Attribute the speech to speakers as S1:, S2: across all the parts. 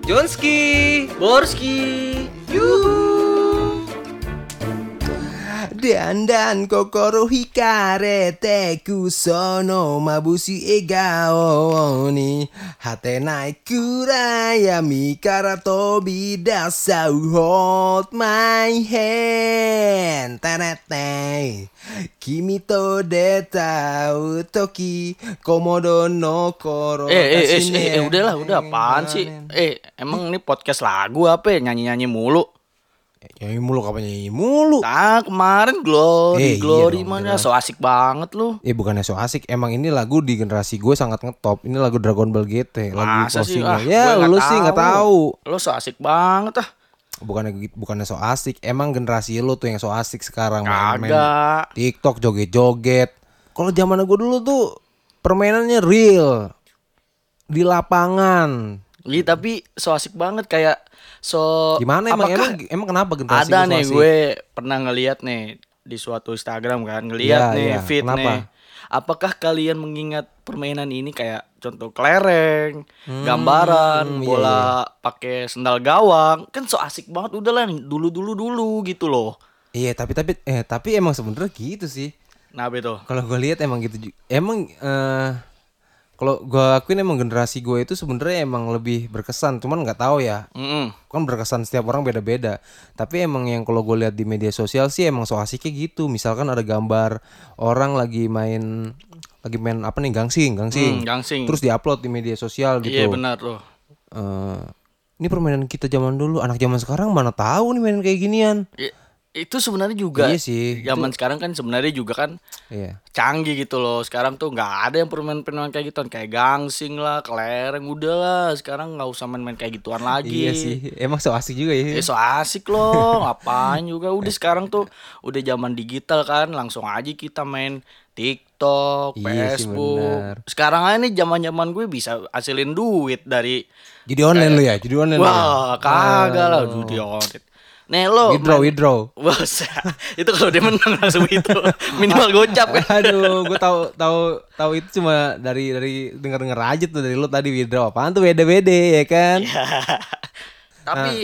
S1: Jonski,
S2: Borski,
S1: yuhu.
S3: Dan kokoro hikarete kusono mabushi egao ni hatenai kurayami kara tobidasau hold my hand tarate kimi to detau toki komodo no koro
S2: udah apaan sih? Emang ini podcast lagu apa ya? Nyanyi-nyanyi mulu.
S3: Nyanyi mulu kapan nyanyi mulu?
S2: Nah kemarin Glory
S3: iya dong,
S2: mana
S3: jelas.
S2: so asik banget lu.
S3: Bukannya so asik, emang ini lagu di generasi gue sangat ngetop. Ini lagu Dragon Ball GT, lagu
S2: Masa sih?
S3: closingnya.
S2: Gue
S3: Lu sih nggak tahu.
S2: Lu so asik banget ah.
S3: Bukannya so asik, emang generasi lu tuh yang so asik sekarang main
S2: Kagak.
S3: TikTok joget-joget. Kalau zaman gue dulu tuh permainannya real di lapangan.
S2: Iya tapi so asik banget kayak so.
S3: Gimana emang kenapa generasi
S2: ada
S3: lu so
S2: nih
S3: asik?
S2: gue pernah ngeliat nih di suatu Instagram kan ngeliat nih feed
S3: kenapa?
S2: nih. Apakah kalian mengingat permainan ini kayak contoh kelereng, gambaran, bola pakai sendal gawang, kan so asik banget udah lah dulu gitu loh.
S3: Iya, tapi emang sebenarnya gitu sih.
S2: Nah betul.
S3: Kalau gue lihat emang gitu. Kalau gue akuin emang generasi gue itu sebenarnya emang lebih berkesan, cuman nggak tahu ya. Kan berkesan setiap orang beda-beda. Tapi emang yang kalau gue lihat di media sosial sih emang so asiknya gitu. Misalkan ada gambar orang lagi main apa nih gangsing.
S2: Gangsing.
S3: Terus diupload di media sosial gitu.
S2: Iya benar loh.
S3: Ini permainan kita zaman dulu, anak zaman sekarang mana tahu nih mainan kayak ginian.
S2: Itu sebenarnya juga.
S3: Iya sih.
S2: Zaman sekarang kan sebenarnya juga kan
S3: Iya.
S2: canggih gitu loh. Sekarang tuh nggak ada yang permainan kayak gituan kayak gangsing lah, kelereng udah lah. Sekarang nggak usah main-main kayak gituan lagi.
S3: Iya sih. Emang so asik juga ya.
S2: So asik loh, ngapain juga. Udah sekarang tuh udah zaman digital kan, langsung aja kita main TikTok,
S3: Iya sih,
S2: Facebook.
S3: benar.
S2: Sekarang aja nih zaman-zaman gue bisa hasilin duit dari.
S3: Jadi online lu ya, jadi online.
S2: Wah, kagak lah judi online. Nih lo
S3: Withdraw.
S2: Bos, itu kalau dia menang langsung itu minimal gocap kan.
S3: Aduh, gue tahu itu cuma dari dengar aja tuh dari lu tadi withdraw. Apaan tuh WD ya kan?
S2: Tapi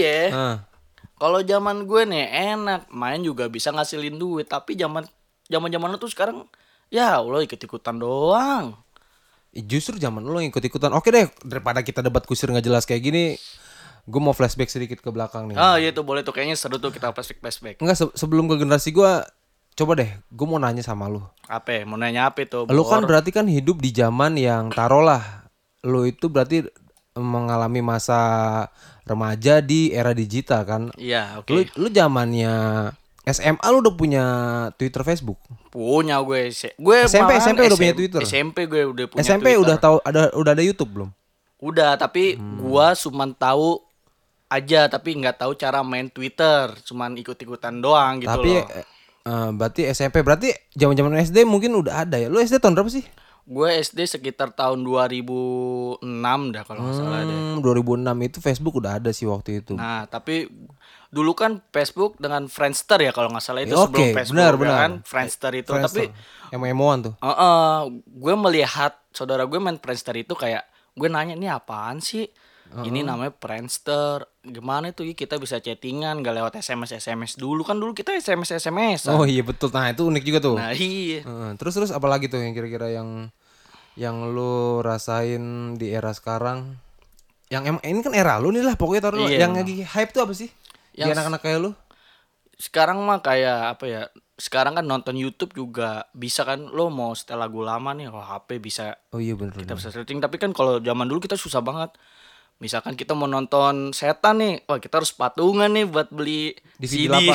S2: kalau zaman gue nih enak, main juga bisa ngasilin duit. Tapi zaman lo tuh sekarang ya Allah ikut-ikutan doang.
S3: Justru zaman lu ikut-ikutan. Oke deh, daripada kita debat kusir nggak jelas kayak gini, gue mau flashback sedikit ke belakang nih.
S2: Iya tuh boleh tuh kayaknya seru tuh kita flashback.
S3: Enggak, sebelum ke generasi gue, coba deh, gue mau nanya sama lu.
S2: Apa? Mau nanya apa tuh?
S3: Lu kan berarti kan hidup di zaman yang taruhlah, lu itu berarti mengalami masa remaja di era digital kan?
S2: Iya, oke.
S3: Lu zamannya SMA lu udah punya Twitter, Facebook?
S2: Punya gue.
S3: SMP udah punya Twitter.
S2: SMP gue udah punya
S3: SMP
S2: Twitter.
S3: udah ada YouTube belum?
S2: Udah, tapi gua cuman tahu aja tapi nggak tahu cara main Twitter, cuman ikut-ikutan doang gitu
S3: Tapi
S2: loh.
S3: berarti SMP, berarti zaman-zaman SD mungkin udah ada ya. Lu SD tahun berapa sih?
S2: Gue SD sekitar tahun 2006 dah kalau nggak salah deh.
S3: 2006 itu Facebook udah ada sih waktu itu.
S2: Nah, tapi dulu kan Facebook dengan Friendster ya kalau nggak salah itu
S3: Ya,
S2: sebelum
S3: oke,
S2: Facebook
S3: benar.
S2: kan Friendster itu.
S3: Friendster.
S2: Tapi
S3: emo-emoan tuh.
S2: gue melihat saudara gue main Friendster itu kayak gue nanya ini apaan sih? Ini namanya Friendster. Gimana itu kita bisa chattingan gak lewat SMS dulu kan dulu kita SMS.
S3: Oh iya betul. Nah, itu unik juga tuh.
S2: Nah, iya.
S3: Terus apa lagi tuh yang kira-kira yang lu rasain di era sekarang? Yang ini kan era lu nih lah pokoknya taruh lu.
S2: Iya,
S3: Yang lagi hype tuh apa sih? Di anak-anak kayak lu?
S2: Sekarang mah kayak apa ya? Sekarang kan nonton YouTube juga bisa kan, lo mau setel lagu lama nih, HP bisa.
S3: Oh iya bener.
S2: Kita bisa searching. Tapi kan kalau zaman dulu kita susah banget. Misalkan kita mau nonton setan nih, wah kita harus patungan nih buat beli
S3: DVD
S2: CD.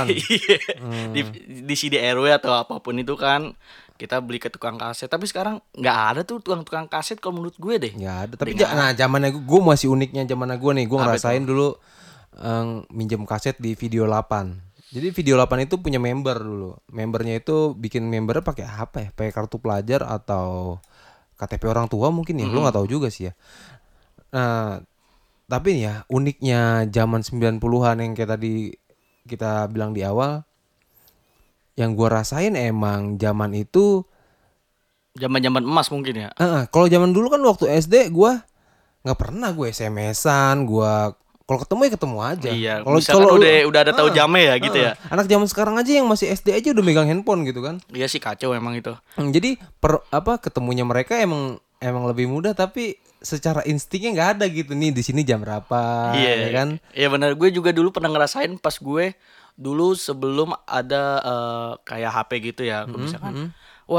S3: 8.
S2: di CD RW atau apapun itu kan. Kita beli ke tukang kaset. Tapi sekarang nggak ada tuh tukang kaset kalau menurut gue deh.
S3: Ya ada. Tapi zamannya gue masih uniknya zamannya gue nih. Gue ngerasain dulu minjem kaset di Video 8. Jadi Video 8 itu punya member dulu. Membernya itu bikin membernya pakai apa ya? Pakai kartu pelajar atau KTP orang tua mungkin ya. Lu nggak tahu juga sih ya. Nah, tapi nih ya uniknya zaman 90-an yang kayak tadi kita bilang di awal, yang gua rasain emang zaman itu
S2: zaman emas mungkin ya.
S3: kalau zaman dulu kan waktu SD gua nggak pernah gue SMS-an, gua kalau ketemu ya ketemu aja.
S2: Iya,
S3: Kalau
S2: misalkan udah ada tahu jamnya ya gitu ya.
S3: Anak zaman sekarang aja yang masih SD aja udah megang handphone gitu kan.
S2: Iya sih kacau emang itu.
S3: Jadi ketemunya mereka emang lebih mudah, tapi secara instingnya nggak ada gitu nih di sini jam berapa, ya kan?
S2: Iya benar, gue juga dulu pernah ngerasain pas gue dulu sebelum ada kayak HP gitu ya. Gue misalkan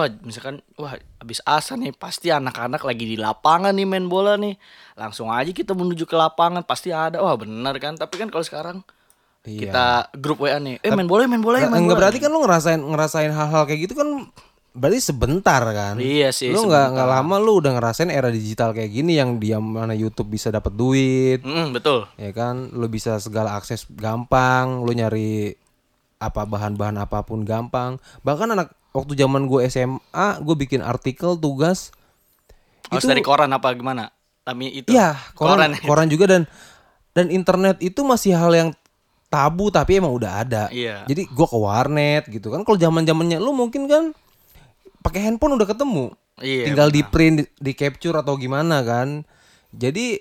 S2: wah habis asar nih pasti anak-anak lagi di lapangan nih main bola nih. Langsung aja kita menuju ke lapangan pasti ada. Wah benar kan. Tapi kan kalau sekarang kita grup WA nih. Main bola.
S3: Enggak berarti kan lu ngerasain hal-hal kayak gitu kan berarti sebentar kan.
S2: Iya sih.
S3: Lu nggak lama lu udah ngerasain era digital kayak gini yang dia mana YouTube bisa dapat duit.
S2: Betul.
S3: Ya kan, lu bisa segala akses gampang, lu nyari bahan-bahan apapun gampang. Bahkan waktu zaman gue SMA, gue bikin artikel tugas.
S2: Itu dari koran apa gimana? Tapi itu.
S3: Iya, koran juga dan internet itu masih hal yang tabu tapi emang udah ada.
S2: Iya.
S3: Jadi gue ke warnet gitu kan. Kalau zaman-zamannya lu mungkin kan pakai handphone udah ketemu.
S2: Iya,
S3: tinggal di print, di capture atau gimana kan. Jadi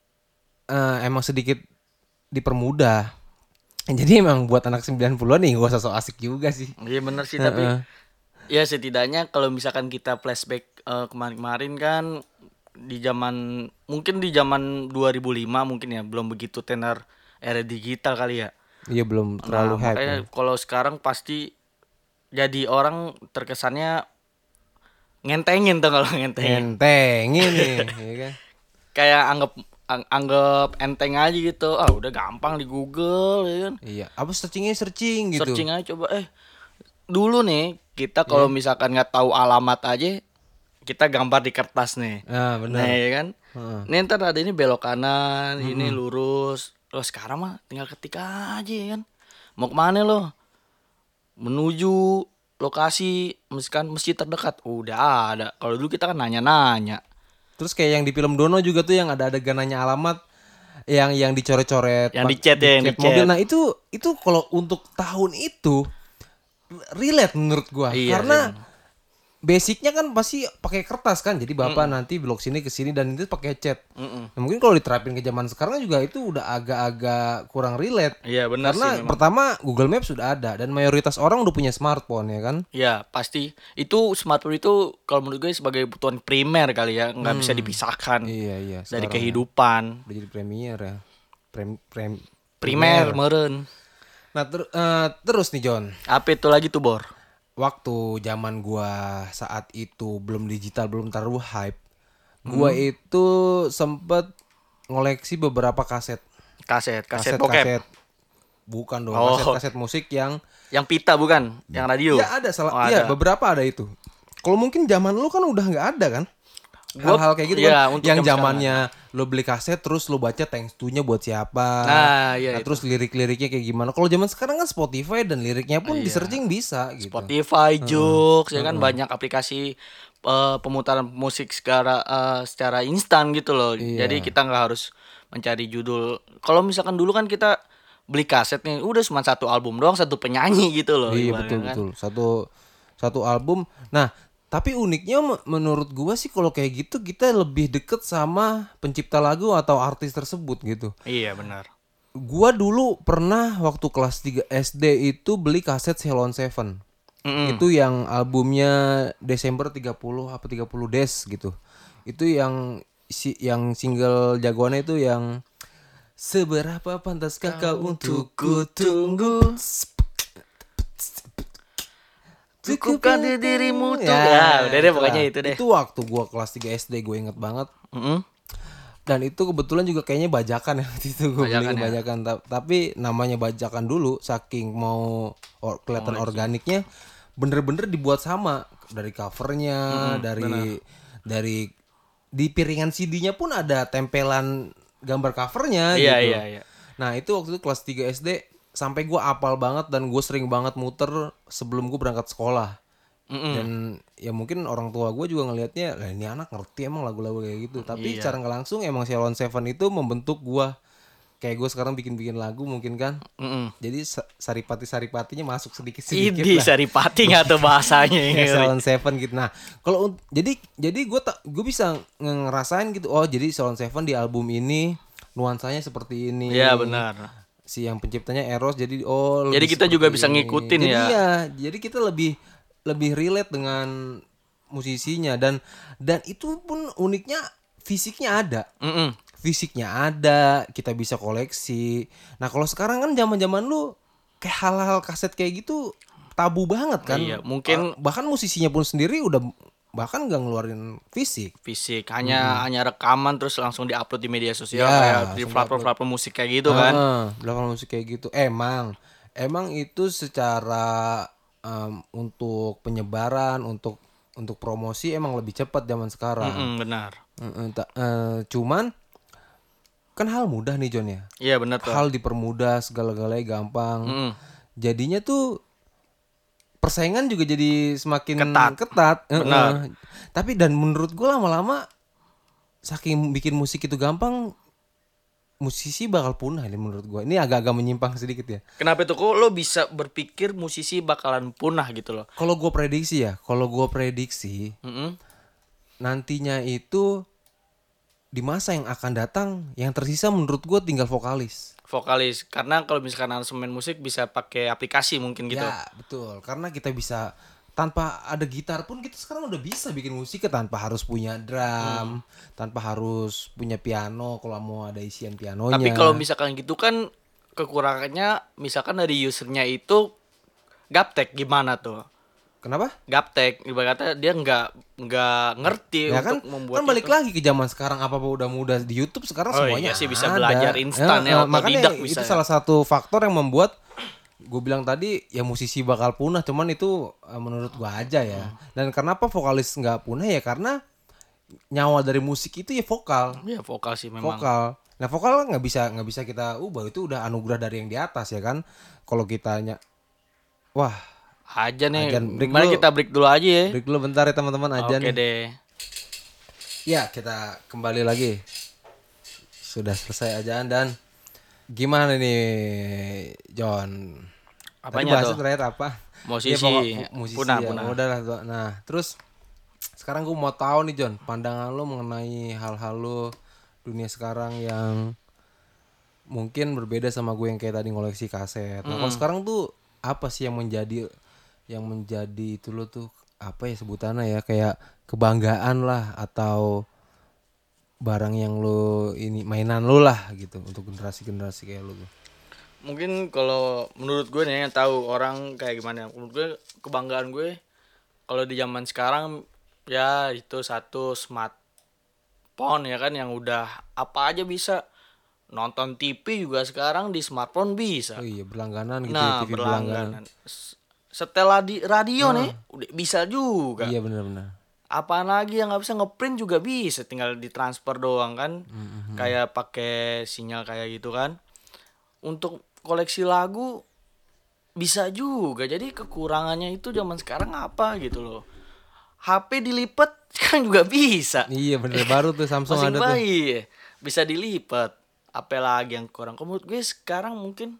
S3: emang sedikit dipermudah. Jadi emang buat anak 90-an nih gak usah so asik juga sih.
S2: Iya bener sih tapi ya setidaknya kalau misalkan kita flashback kemarin-kemarin kan mungkin di zaman 2005 mungkin ya belum begitu tenar era digital kali ya.
S3: Iya belum terlalu hype.
S2: Makanya kalau sekarang pasti jadi orang terkesannya ngentengin tuh kalau ngentengin.
S3: Ngentengin nih, ya kan?
S2: Kayak anggap enteng aja gitu. Udah gampang di Google ya kan.
S3: Iya, apa searching gitu.
S2: Searching aja coba dulu nih kita kalau misalkan nggak tahu alamat aja kita gambar di kertas nih.
S3: Nah, benar.
S2: Nah, ya kan? Nih ntar ada ini belok kanan, ini lurus. Loh sekarang mah tinggal ketik aja ya kan. Mau kemana lo? Menuju lokasi misalkan masjid terdekat. Udah ada. Kalau dulu kita kan nanya-nanya.
S3: Terus kayak yang di film Dono juga tuh yang ada adegan nanya alamat yang dicoret-coret.
S2: Yang dicat ya, yang dicat.
S3: Mobil. Nah, itu kalau untuk tahun itu relate menurut gua.
S2: Iya,
S3: karena
S2: sih.
S3: Basicnya kan pasti pakai kertas kan. Jadi bapak nanti blok sini ke sini dan itu pakai cat. Nah, mungkin kalau diterapin ke zaman sekarang juga itu udah agak-agak kurang relate.
S2: Iya benar sih.
S3: Karena
S2: Memang.
S3: pertama Google Maps sudah ada dan mayoritas orang udah punya smartphone ya kan.
S2: Ya pasti. Itu smartphone itu kalau menurut gue sebagai kebutuhan primer kali ya, nggak bisa dipisahkan.
S3: Iya.
S2: Dari
S3: sekarang
S2: kehidupan.
S3: udah jadi premier ya.
S2: Primer meren.
S3: Nah terus nih John.
S2: Apa itu lagi tuh Bor?
S3: Waktu zaman gua saat itu belum digital, belum terlalu hype. Gua itu sempet ngoleksi beberapa kaset
S2: Bokep.
S3: Bukan dong, kaset musik yang
S2: pita bukan, yang radio.
S3: Ya ada iya
S2: ada.
S3: beberapa ada itu. Kalau mungkin zaman lu kan udah nggak ada kan? Hal-hal kayak gitu
S2: ya,
S3: kan yang zamannya lo beli kaset terus lo baca thanks to-nya buat siapa.
S2: Iya,
S3: terus lirik-liriknya kayak gimana. Kalau zaman sekarang kan Spotify dan liriknya pun di searching bisa gitu.
S2: Spotify, Joox, ya kan banyak aplikasi pemutaran musik secara instan gitu loh.
S3: Iya.
S2: Jadi kita nggak harus mencari judul. Kalau misalkan dulu kan kita beli kaset nih, udah cuma satu album doang, satu penyanyi gitu loh.
S3: Iya
S2: kan?
S3: betul. Satu album. Nah, tapi uniknya menurut gua sih kalau kayak gitu kita lebih deket sama pencipta lagu atau artis tersebut gitu.
S2: Iya benar.
S3: Gua dulu pernah waktu kelas 3 SD itu beli kaset Ceylon Seven. Itu yang albumnya Desember 30 apa 30 Days gitu. Itu yang single jagoannya itu yang seberapa pantaskah kau untuk ku tunggu.
S2: Cukupkan dirimu tuh. Ya, udah deh pokoknya itu deh.
S3: Itu waktu gua kelas 3 SD gue inget banget. Dan itu kebetulan juga kayaknya bajakan ya waktu itu gue beli bajakan. Tapi namanya bajakan dulu saking mau kelihatan organiknya bener-bener dibuat sama dari covernya, dari di piringan CD-nya pun ada tempelan gambar covernya gitu.
S2: Iya.
S3: Nah, itu waktu itu kelas 3 SD sampai gue apal banget dan gue sering banget muter sebelum gue berangkat sekolah. Dan ya mungkin orang tua gue juga ngelihatnya, lah ini anak ngerti emang lagu-lagu kayak gitu. Tapi secara nggak langsung emang Ceylon Seven itu membentuk gue kayak gue sekarang bikin lagu mungkin kan. Jadi saripati-saripatinya masuk sedikit-sedikit
S2: Idi
S3: lah.
S2: saripati nggak tuh bahasanya.
S3: Ceylon Seven gitu. Nah, jadi gue bisa ngerasain gitu. Oh, jadi Ceylon Seven di album ini nuansanya seperti ini.
S2: Iya benar.
S3: Si yang penciptanya Eros jadi
S2: Jadi
S3: lebih
S2: kita juga
S3: seperti
S2: bisa
S3: ini.
S2: ngikutin
S3: Jadi
S2: ya.
S3: iya, jadi kita lebih relate dengan musisinya dan itu pun uniknya fisiknya ada.
S2: Mm-mm.
S3: Fisiknya ada, kita bisa koleksi. Nah, kalau sekarang kan zaman-zaman lu kayak hal-hal kaset kayak gitu tabu banget kan.
S2: Iya, mungkin
S3: bahkan musisinya pun sendiri udah bahkan nggak ngeluarin fisik.
S2: fisik hanya rekaman terus langsung diupload di media sosial
S3: Ya,
S2: kayak di
S3: langsung
S2: platform musik kayak gitu kan.
S3: Belakang musik kayak gitu. Emang itu secara untuk penyebaran, untuk promosi emang lebih cepat zaman sekarang.
S2: Benar.
S3: Cuman kan hal mudah nih John ya.
S2: Iya benar tuh.
S3: Hal dipermudah, segala-galanya gampang.
S2: Mm-mm.
S3: Jadinya tuh persaingan juga jadi semakin
S2: Benar.
S3: ketat. Tapi dan menurut gue lama-lama saking bikin musik itu gampang, musisi bakal punah ini menurut gue. Ini agak-agak menyimpang sedikit ya.
S2: Kenapa tuh kok lo bisa berpikir musisi bakalan punah gitu loh?
S3: Kalau gue prediksi
S2: Mm-mm.
S3: nantinya itu di masa yang akan datang yang tersisa menurut gue tinggal vokalis.
S2: Vokalis, karena kalau misalkan harus main musik bisa pakai aplikasi mungkin gitu.
S3: Ya betul, karena kita bisa tanpa ada gitar pun kita sekarang udah bisa bikin musik tanpa harus punya drum, tanpa harus punya piano kalau mau ada isian pianonya.
S2: Tapi kalau misalkan gitu kan kekurangannya misalkan dari usernya itu gaptek gimana tuh?
S3: Kenapa?
S2: Gaptek ibaratnya dia nggak ngerti
S3: Ya
S2: untuk
S3: kan,
S2: membuat
S3: kan balik
S2: itu.
S3: lagi ke zaman sekarang apa udah mudah di YouTube sekarang
S2: Oh
S3: semuanya
S2: iya sih, bisa
S3: ada.
S2: belajar instan ya,
S3: makanya
S2: otodidak bisa
S3: itu
S2: ya.
S3: salah satu faktor yang membuat gue bilang tadi ya musisi bakal punah, cuman itu menurut gue aja ya. Dan kenapa vokalis nggak punah ya karena nyawa dari musik itu ya vokal.
S2: Iya vokal sih memang.
S3: Vokal. Nah vokal nggak bisa kita ubah, itu udah anugerah dari yang di atas ya kan. Kalau kitanya wah
S2: Aja nih.
S3: Ajan, break
S2: Mari
S3: dulu.
S2: kita break dulu aja ya.
S3: break dulu bentar ya teman-teman aja
S2: Oke
S3: nih.
S2: deh.
S3: Ya kita kembali lagi. Sudah selesai ajaan dan gimana nih John?
S2: Apanya
S3: Tadi bahasnya
S2: tuh?
S3: terakhir apa?
S2: Musisi.
S3: Ya, musisi
S2: Punah,
S3: ya.
S2: punah.
S3: Udah lah. Nah terus sekarang gue mau tahu nih John, pandangan lo mengenai hal-hal lo dunia sekarang yang mungkin berbeda sama gue yang kayak tadi ngoleksi kaset. Nah kalau sekarang tuh apa sih yang menjadi itu lo tuh apa ya sebutannya ya, kayak kebanggaan lah atau barang yang lo ini mainan lo lah gitu untuk generasi kayak lo tuh.
S2: Mungkin kalau menurut gue nih yang tahu orang kayak gimana. Menurut gue kebanggaan gue kalau di zaman sekarang ya itu satu smartphone ya kan yang udah apa aja bisa. Nonton TV juga sekarang di smartphone bisa.
S3: Oh iya berlangganan gitu
S2: Nah,
S3: ya, TV berlangganan.
S2: Setelah di radio nih udah bisa juga.
S3: Iya benar-benar.
S2: Apaan lagi yang nggak bisa ngeprint juga bisa, tinggal ditransfer doang kan. Kayak pakai sinyal kayak gitu kan. Untuk koleksi lagu bisa juga. Jadi kekurangannya itu zaman sekarang apa gitu loh. HP dilipet kan juga bisa.
S3: Iya bener, baru tuh Samsung
S2: Masing
S3: ada tuh.
S2: bayi bisa dilipat. Apa lagi yang kurang? Kalau menurut gue sekarang mungkin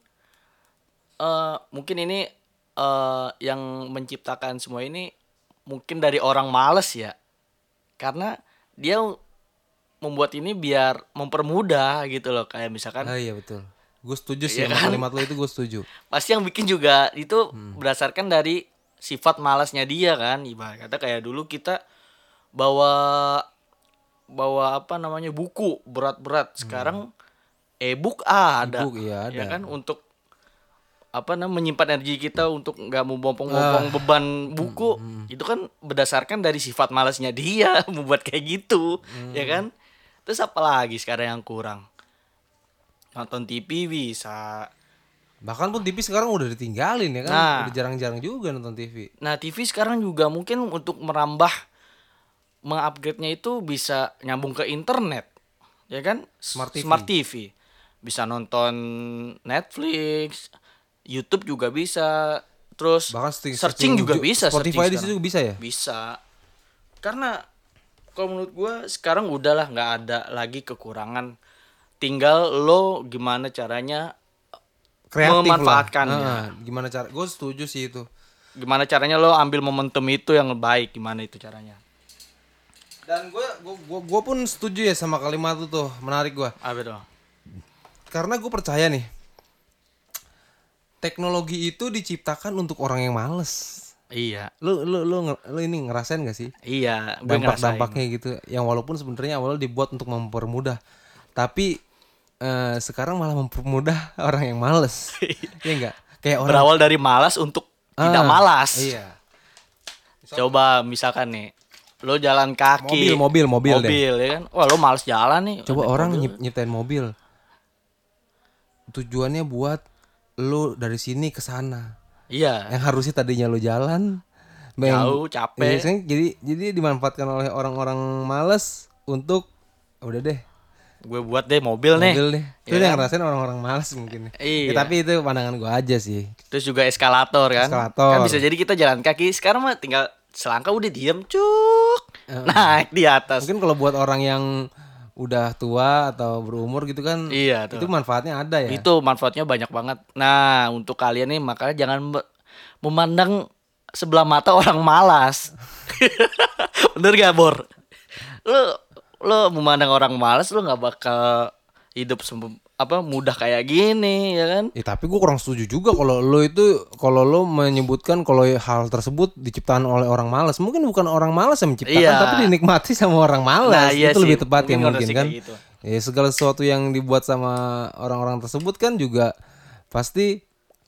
S2: ini yang menciptakan semua ini mungkin dari orang males ya. Karena dia membuat ini biar mempermudah gitu loh, kayak misalkan
S3: Ah iya betul. Gue setuju sih
S2: Iya
S3: sama
S2: kan?
S3: kalimat lo itu, gue setuju.
S2: pasti yang bikin juga itu berdasarkan dari sifat malasnya dia kan. Ibarat kata kayak dulu kita bawa apa namanya buku berat-berat, sekarang e-book ada.
S3: E-book, iya, ada.
S2: Ya kan, untuk apa namanya menyimpan energi kita untuk nggak membompong-bompong beban buku. Itu kan berdasarkan dari sifat malasnya dia membuat kayak gitu, ya kan? Terus apa lagi sekarang yang kurang? Nonton TV bisa.
S3: Bahkan pun TV sekarang udah ditinggalin ya kan.
S2: Nah.
S3: Udah jarang-jarang juga nonton TV.
S2: Nah, TV sekarang juga mungkin untuk merambah mengupgrade-nya itu bisa nyambung ke internet. Ya kan?
S3: Smart TV.
S2: Smart TV. Bisa nonton Netflix, YouTube juga bisa. Terus
S3: Bahkan
S2: searching juga bisa.
S3: Spotify
S2: searching
S3: di situ
S2: sekarang.
S3: bisa ya?
S2: Bisa. Karena kalau menurut gue sekarang udahlah nggak ada lagi kekurangan. Tinggal lo gimana caranya
S3: Kreatif
S2: memanfaatkannya.
S3: lah. Gimana cara? Gue setuju sih itu.
S2: Gimana caranya lo ambil momentum itu yang baik, gimana itu caranya?
S3: Dan gue pun setuju ya sama kalimat itu tuh, menarik gue.
S2: Apa tuh?
S3: karena gue percaya nih, teknologi itu diciptakan untuk orang yang males.
S2: Iya.
S3: Lu ini ngerasain gak sih
S2: Iya, gue ngerasain.
S3: dampak-dampaknya gitu, yang walaupun sebenarnya awalnya dibuat untuk mempermudah, tapi sekarang malah mempermudah orang yang males. Iya enggak? Kayak orang
S2: Berawal dari malas untuk tidak malas.
S3: Iya.
S2: Coba misalkan nih, lo jalan kaki.
S3: Mobil deh.
S2: Mobil ya kan. Wah, lo males jalan nih.
S3: Coba
S2: naik
S3: orang
S2: mobil.
S3: nyiptain mobil. Tujuannya buat lu dari sini ke sana.
S2: Iya.
S3: Yang harusnya tadinya lu jalan
S2: Jauh, capek.
S3: Jadi dimanfaatkan oleh orang-orang malas untuk udah deh,
S2: Gue buat deh mobil nih.
S3: mobil deh. Itu
S2: Iya
S3: yang
S2: kan?
S3: ngerasain orang-orang malas mungkin.
S2: Iya.
S3: Ya, tapi itu pandangan gua aja sih.
S2: Terus juga eskalator kan.
S3: Eskalator.
S2: Kan bisa jadi kita jalan kaki. Sekarang mah tinggal selangkah udah diem cuk. Naik di atas.
S3: Mungkin kalau buat orang yang udah tua atau berumur gitu kan,
S2: Iya, tuh.
S3: itu manfaatnya ada ya.
S2: Itu manfaatnya banyak banget. Nah, untuk kalian nih makanya jangan memandang sebelah mata orang malas. Bener gak, Bor? Lo memandang orang malas, lo nggak bakal hidup mudah kayak gini, ya kan?
S3: Tapi gue kurang setuju juga kalau lo menyebutkan kalau hal tersebut diciptakan oleh orang malas. Mungkin bukan orang malas yang menciptakan,
S2: Iya.
S3: tapi dinikmati sama orang malas.
S2: Nah, iya
S3: itu
S2: sih.
S3: lebih tepat ya
S2: Mungkin
S3: mungkin
S2: sih
S3: kan.
S2: kayak gitu.
S3: Ya, segala sesuatu yang dibuat sama orang-orang tersebut kan juga pasti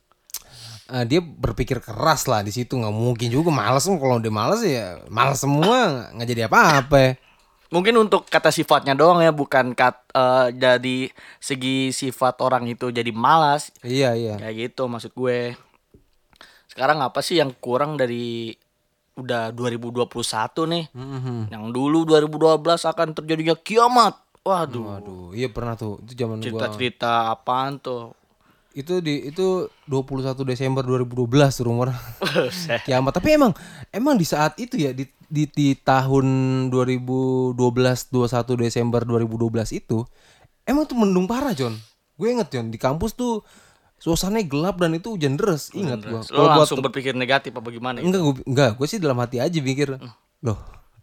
S3: dia berpikir keras lah di situ. Nggak mungkin juga malas. Kalau dia malas ya malas semua, nggak jadi apa-apa.
S2: Mungkin untuk kata sifatnya doang ya, bukan jadi segi sifat orang itu jadi malas.
S3: Iya.
S2: Kayak gitu maksud gue. Sekarang apa sih yang kurang dari udah 2021 nih? Yang dulu 2012 akan terjadinya kiamat.
S3: Waduh, iya pernah tuh. Itu zaman gua.
S2: Cerita-cerita apaan tuh?
S3: Itu 21 Desember 2012 tuh rumor kiamat. Tapi emang di saat itu ya, di tahun 2012 21 Desember 2012 itu emang tuh mendung parah, John. Gue inget, John, di kampus tuh suasananya gelap dan itu hujan deras. Ingat gua.
S2: Lo langsung berpikir negatif apa gimana?
S3: Enggak, gue sih dalam hati aja mikir, loh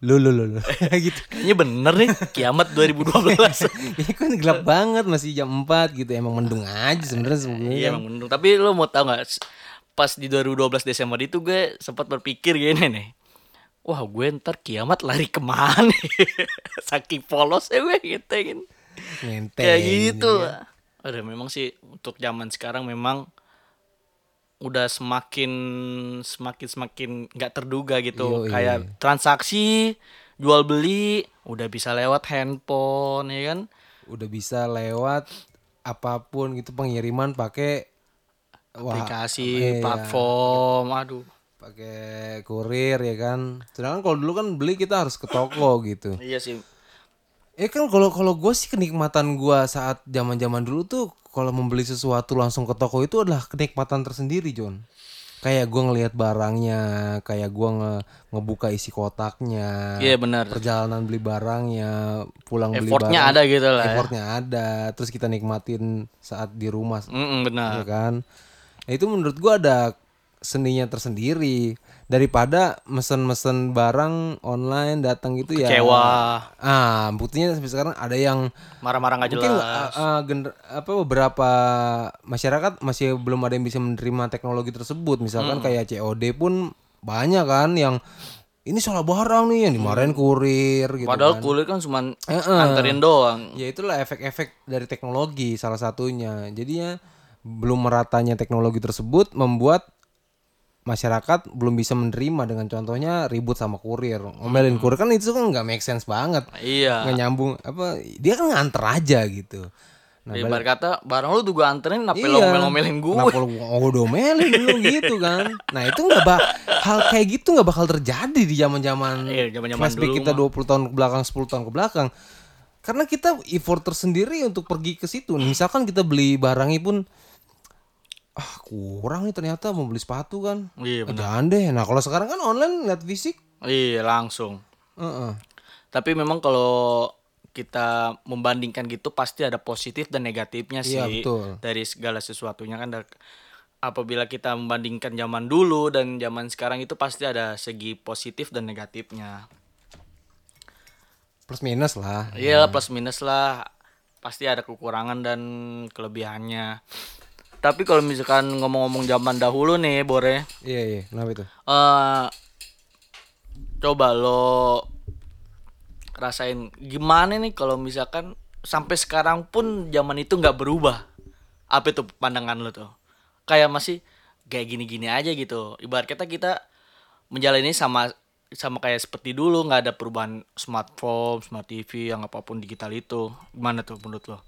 S3: gitu.
S2: Kayaknya bener nih kiamat 2012.
S3: Ini kan gelap banget, masih jam 4 gitu. Emang mendung aja sebenarnya.
S2: Iya emang mendung. Tapi lo mau tahu nggak? Pas di 2012 Desember itu gue sempat berpikir gini nih. Wah, gue ntar kiamat lari kemana? Saking polosnya gue gitu kan.
S3: Ngenteng.
S2: Kayak gitu. Aduh, memang sih untuk zaman sekarang memang udah semakin nggak terduga gitu.
S3: Yoi.
S2: Kayak transaksi jual beli udah bisa lewat handphone ya kan.
S3: Udah bisa lewat apapun gitu, pengiriman pakai
S2: Aplikasi, platform, aduh.
S3: pakai kurir ya kan. Sedangkan kalau dulu kan beli kita harus ke toko gitu.
S2: Iya sih.
S3: Kan kalau gue sih kenikmatan gue saat zaman dulu tuh kalau membeli sesuatu langsung ke toko itu adalah kenikmatan tersendiri, John. Kayak gue ngelihat barangnya, kayak gue ngebuka isi kotaknya.
S2: Iya benar.
S3: Perjalanan beli barangnya, pulang beli
S2: Effortnya
S3: barang.
S2: ada gitu lah ya.
S3: Effortnya ada, terus kita nikmatin saat di rumah,
S2: Benar.
S3: ya kan. Itu menurut gue ada seninya tersendiri daripada mesen barang online datang gitu ya.
S2: Kecewa.
S3: Buktinya sampai sekarang ada yang
S2: Marah-marah nggak
S3: mungkin
S2: jelas.
S3: beberapa masyarakat masih belum ada yang bisa menerima teknologi tersebut. Misalkan kayak COD pun banyak kan yang ini salah barang nih, yang dimarahin kurir gitu.
S2: Padahal
S3: kan.
S2: kurir kan cuma anterin doang.
S3: Ya itulah efek-efek dari teknologi salah satunya. Jadinya belum meratanya teknologi tersebut membuat masyarakat belum bisa menerima, dengan contohnya ribut sama kurir, ngomelin kurir kan itu kan nggak make sense banget,
S2: Iya.
S3: nggak nyambung, dia kan nganter aja gitu. Nah,
S2: Ibarat kata barang lu juga anterin, apa lo
S3: iya,
S2: ngomel-ngomelin gue?
S3: kenapa lu domelin lu gitu kan? Nah itu hal kayak gitu nggak bakal terjadi di zaman-zaman
S2: zaman-zaman
S3: flashback
S2: dulu
S3: kita
S2: mah.
S3: 20 tahun ke belakang, 10 tahun ke belakang. Karena kita effort tersendiri untuk pergi ke situ. Misalkan kita beli barangnya pun kurang nih, ternyata mau beli sepatu kan.
S2: Iya benar.
S3: Jangan deh. Nah kalau sekarang kan online lihat fisik.
S2: Iya langsung.
S3: Heeh.
S2: Tapi memang kalau kita membandingkan gitu pasti ada positif dan negatifnya sih.
S3: Iya, betul.
S2: Dari segala sesuatunya kan. Apabila kita membandingkan zaman dulu dan zaman sekarang itu pasti ada segi positif dan negatifnya.
S3: Plus minus lah.
S2: Iya plus minus lah. pasti ada kekurangan dan kelebihannya. Tapi kalau misalkan ngomong-ngomong zaman dahulu nih, Bore,
S3: Iya, kenapa itu?
S2: coba lo rasain gimana nih kalau misalkan sampai sekarang pun zaman itu nggak berubah. Apa itu pandangan lo tuh? Kayak masih kayak gini-gini aja gitu. Ibarat kita menjalani sama kayak seperti dulu, nggak ada perubahan smartphone, smart TV, yang apapun digital itu. Gimana tuh menurut lo?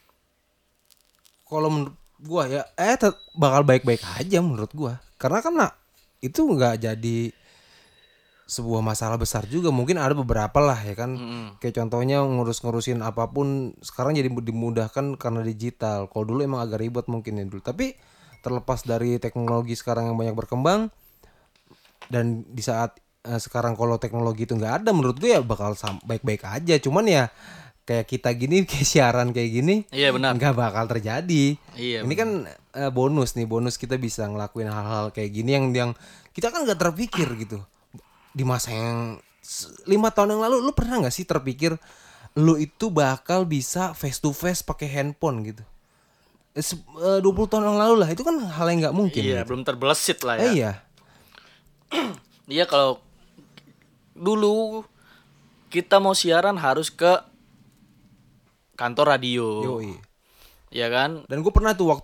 S3: Kalau menurut gua ya bakal baik-baik aja menurut gua. Karena kan itu nggak jadi sebuah masalah besar juga. Mungkin ada beberapa lah ya kan. Kayak contohnya ngurusin apapun sekarang jadi dimudahkan karena digital. Kalau dulu emang agak ribet mungkin ya dulu. Tapi terlepas dari teknologi sekarang yang banyak berkembang dan di saat sekarang kalau teknologi itu nggak ada, menurut gue ya bakal baik-baik aja. Cuman ya kayak kita gini, kayak siaran kayak gini,
S2: Iya benar.
S3: nggak bakal terjadi.
S2: Iya,
S3: Ini kan bonus kita bisa ngelakuin hal-hal kayak gini yang kita kan nggak terpikir gitu. Di masa yang 5 tahun yang lalu, lu pernah nggak sih terpikir lu itu bakal bisa face to face pakai handphone gitu? 20 tahun yang lalu lah, itu kan hal yang nggak mungkin.
S2: Iya,
S3: gitu.
S2: belum terbelesit lah ya.
S3: Iya.
S2: Iya, kalau dulu kita mau siaran harus ke kantor radio.
S3: Yoi.
S2: Iya kan?
S3: Dan gue pernah tuh waktu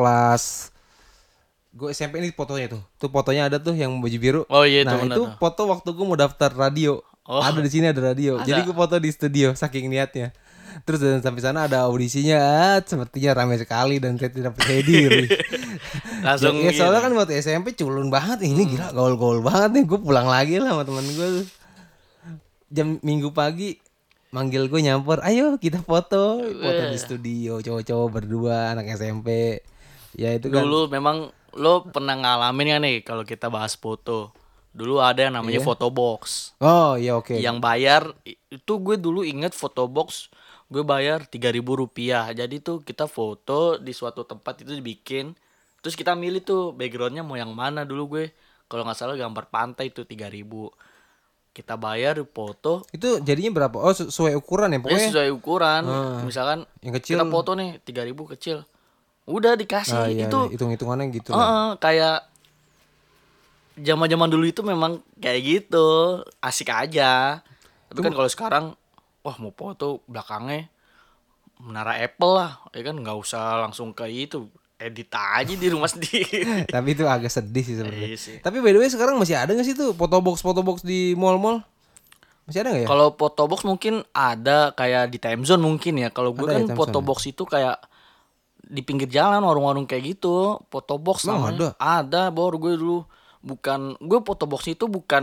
S3: gue SMP ini fotonya tuh fotonya ada tuh yang baju biru.
S2: Oh iya, itu
S3: nah
S2: benar
S3: itu
S2: tuh.
S3: foto waktu gue mau daftar radio.
S2: Oh.
S3: Ada di sini ada radio.
S2: Ada.
S3: Jadi gue foto di studio saking niatnya. Terus dan sampai sana ada audisinya, sepertinya ramai sekali dan saya tidak percaya diri.
S2: Langsung
S3: ya soalnya
S2: gitu.
S3: kan waktu SMP culun banget, ini gila gaul-gaul banget nih. Gue pulang lagi lah sama teman gue tuh. Jam Minggu pagi manggil gue nyamper, ayo kita foto di studio, cowok-cowok berdua anak SMP. Ya itu kan.
S2: Dulu memang lo pernah ngalamin ya nih kalau kita bahas foto. Dulu ada yang namanya Photobox.
S3: Oh iya oke.
S2: Yang bayar itu gue dulu inget Photobox gue bayar 3.000 rupiah. Jadi tuh kita foto di suatu tempat itu dibikin. Terus kita milih tuh backgroundnya mau yang mana dulu gue. Kalau nggak salah gambar pantai itu 3.000. Kita bayar foto.
S3: Itu jadinya berapa? Oh sesuai ukuran ya
S2: Pokoknya
S3: pokoknya.
S2: sesuai ukuran. Misalkan
S3: yang kecil.
S2: kita foto nih 3.000 kecil. Udah dikasih.
S3: Iya,
S2: Itu
S3: hitung-hitungannya gitu lah.
S2: kayak zaman-zaman dulu itu memang kayak gitu, asik aja. Tapi kan kalau sekarang, wah mau foto belakangnya menara Apple lah, ya kan nggak usah langsung ke itu, edit aja di rumah sendiri.
S3: Tapi itu agak sedih sih sebenarnya.
S2: Iya sih.
S3: Tapi by the way sekarang masih ada nggak sih tuh fotobox di mall-mall? Masih ada nggak ya?
S2: Kalau photobox mungkin ada kayak di Time Zone mungkin ya. Kalau gue
S3: Ada
S2: kan
S3: ya Time
S2: photobox itu kayak di pinggir jalan warung-warung kayak gitu. Photobox
S3: Emang
S2: namanya. Ada, baru gue dulu gue photobox itu bukan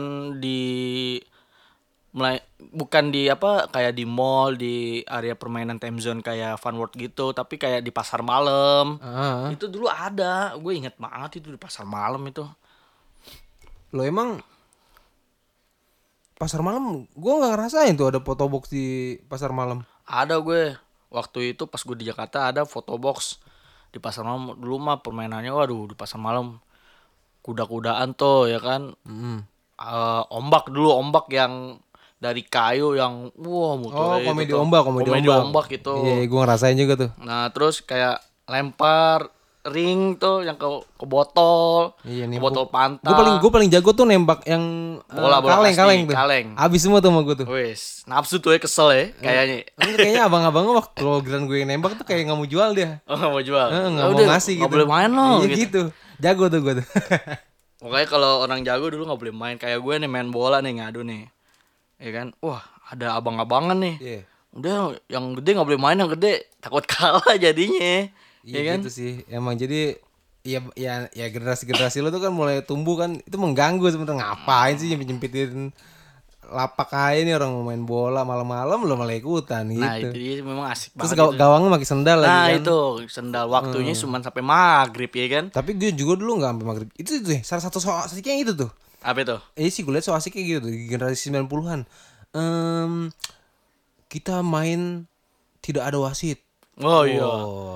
S2: di apa kayak di mall, di area permainan Time Zone kayak Fun World gitu, tapi kayak di pasar malam. Itu dulu ada, gue inget banget itu di pasar malam itu.
S3: Lo emang pasar malam gue nggak ngerasain tuh ada fotobox di pasar malam.
S2: Ada gue waktu itu pas gue di Jakarta ada photobox di pasar malam. Dulu mah permainannya waduh di pasar malam kuda-kudaan tuh ya kan. Ombak yang dari kayu yang muternya
S3: komedi
S2: itu tuh.
S3: ombak
S2: Komedi ombak itu.
S3: Iya gue ngerasain juga tuh.
S2: Nah terus kayak lempar ring tuh yang ke botol.
S3: Iya,
S2: ke botol pantai.
S3: Gue paling jago tuh nembak yang
S2: bola
S3: kaleng
S2: plastik,
S3: tuh.
S2: kaleng.
S3: Abis semua tuh sama gue tuh.
S2: Wis, nafsu tuh ya, kesel ya kayaknya.
S3: Kayaknya abang-abangnya waktu kalau giliran gue yang nembak tuh kayak nggak mau jual dia.
S2: Oh, nggak mau jual.
S3: Nggak mau
S2: Udah,
S3: ngasih gitu.
S2: Nggak boleh main loh.
S3: Iya gitu. Jago tuh gue tuh.
S2: Makanya kalau orang jago dulu nggak boleh main. Kayak gue nih main bola nih ngadu nih, ya kan. Wah ada abang-abangan nih.
S3: Iya.
S2: Udah yang gede nggak boleh main, yang gede takut kalah jadinya.
S3: Iya
S2: Ya kan?
S3: gitu sih. Emang jadi ya generasi lo tuh kan mulai tumbuh kan, itu mengganggu sebenarnya. Ngapain sih nyempitin lapak aja nih orang mau main bola malam-malam lo malah ikutan gitu.
S2: Nah itu dia memang asik banget.
S3: Terus gawangnya pakai sendal lagi
S2: Nah
S3: kan.
S2: itu sendal waktunya cuma sampai maghrib ya kan.
S3: Tapi gue juga dulu nggak sampai maghrib. Itu tuh salah satu soal asiknya itu tuh.
S2: Apa itu?
S3: Sih gue liat soal asiknya gitu tuh di generasi 90-an. Kita main tidak ada wasit.
S2: Oh iya.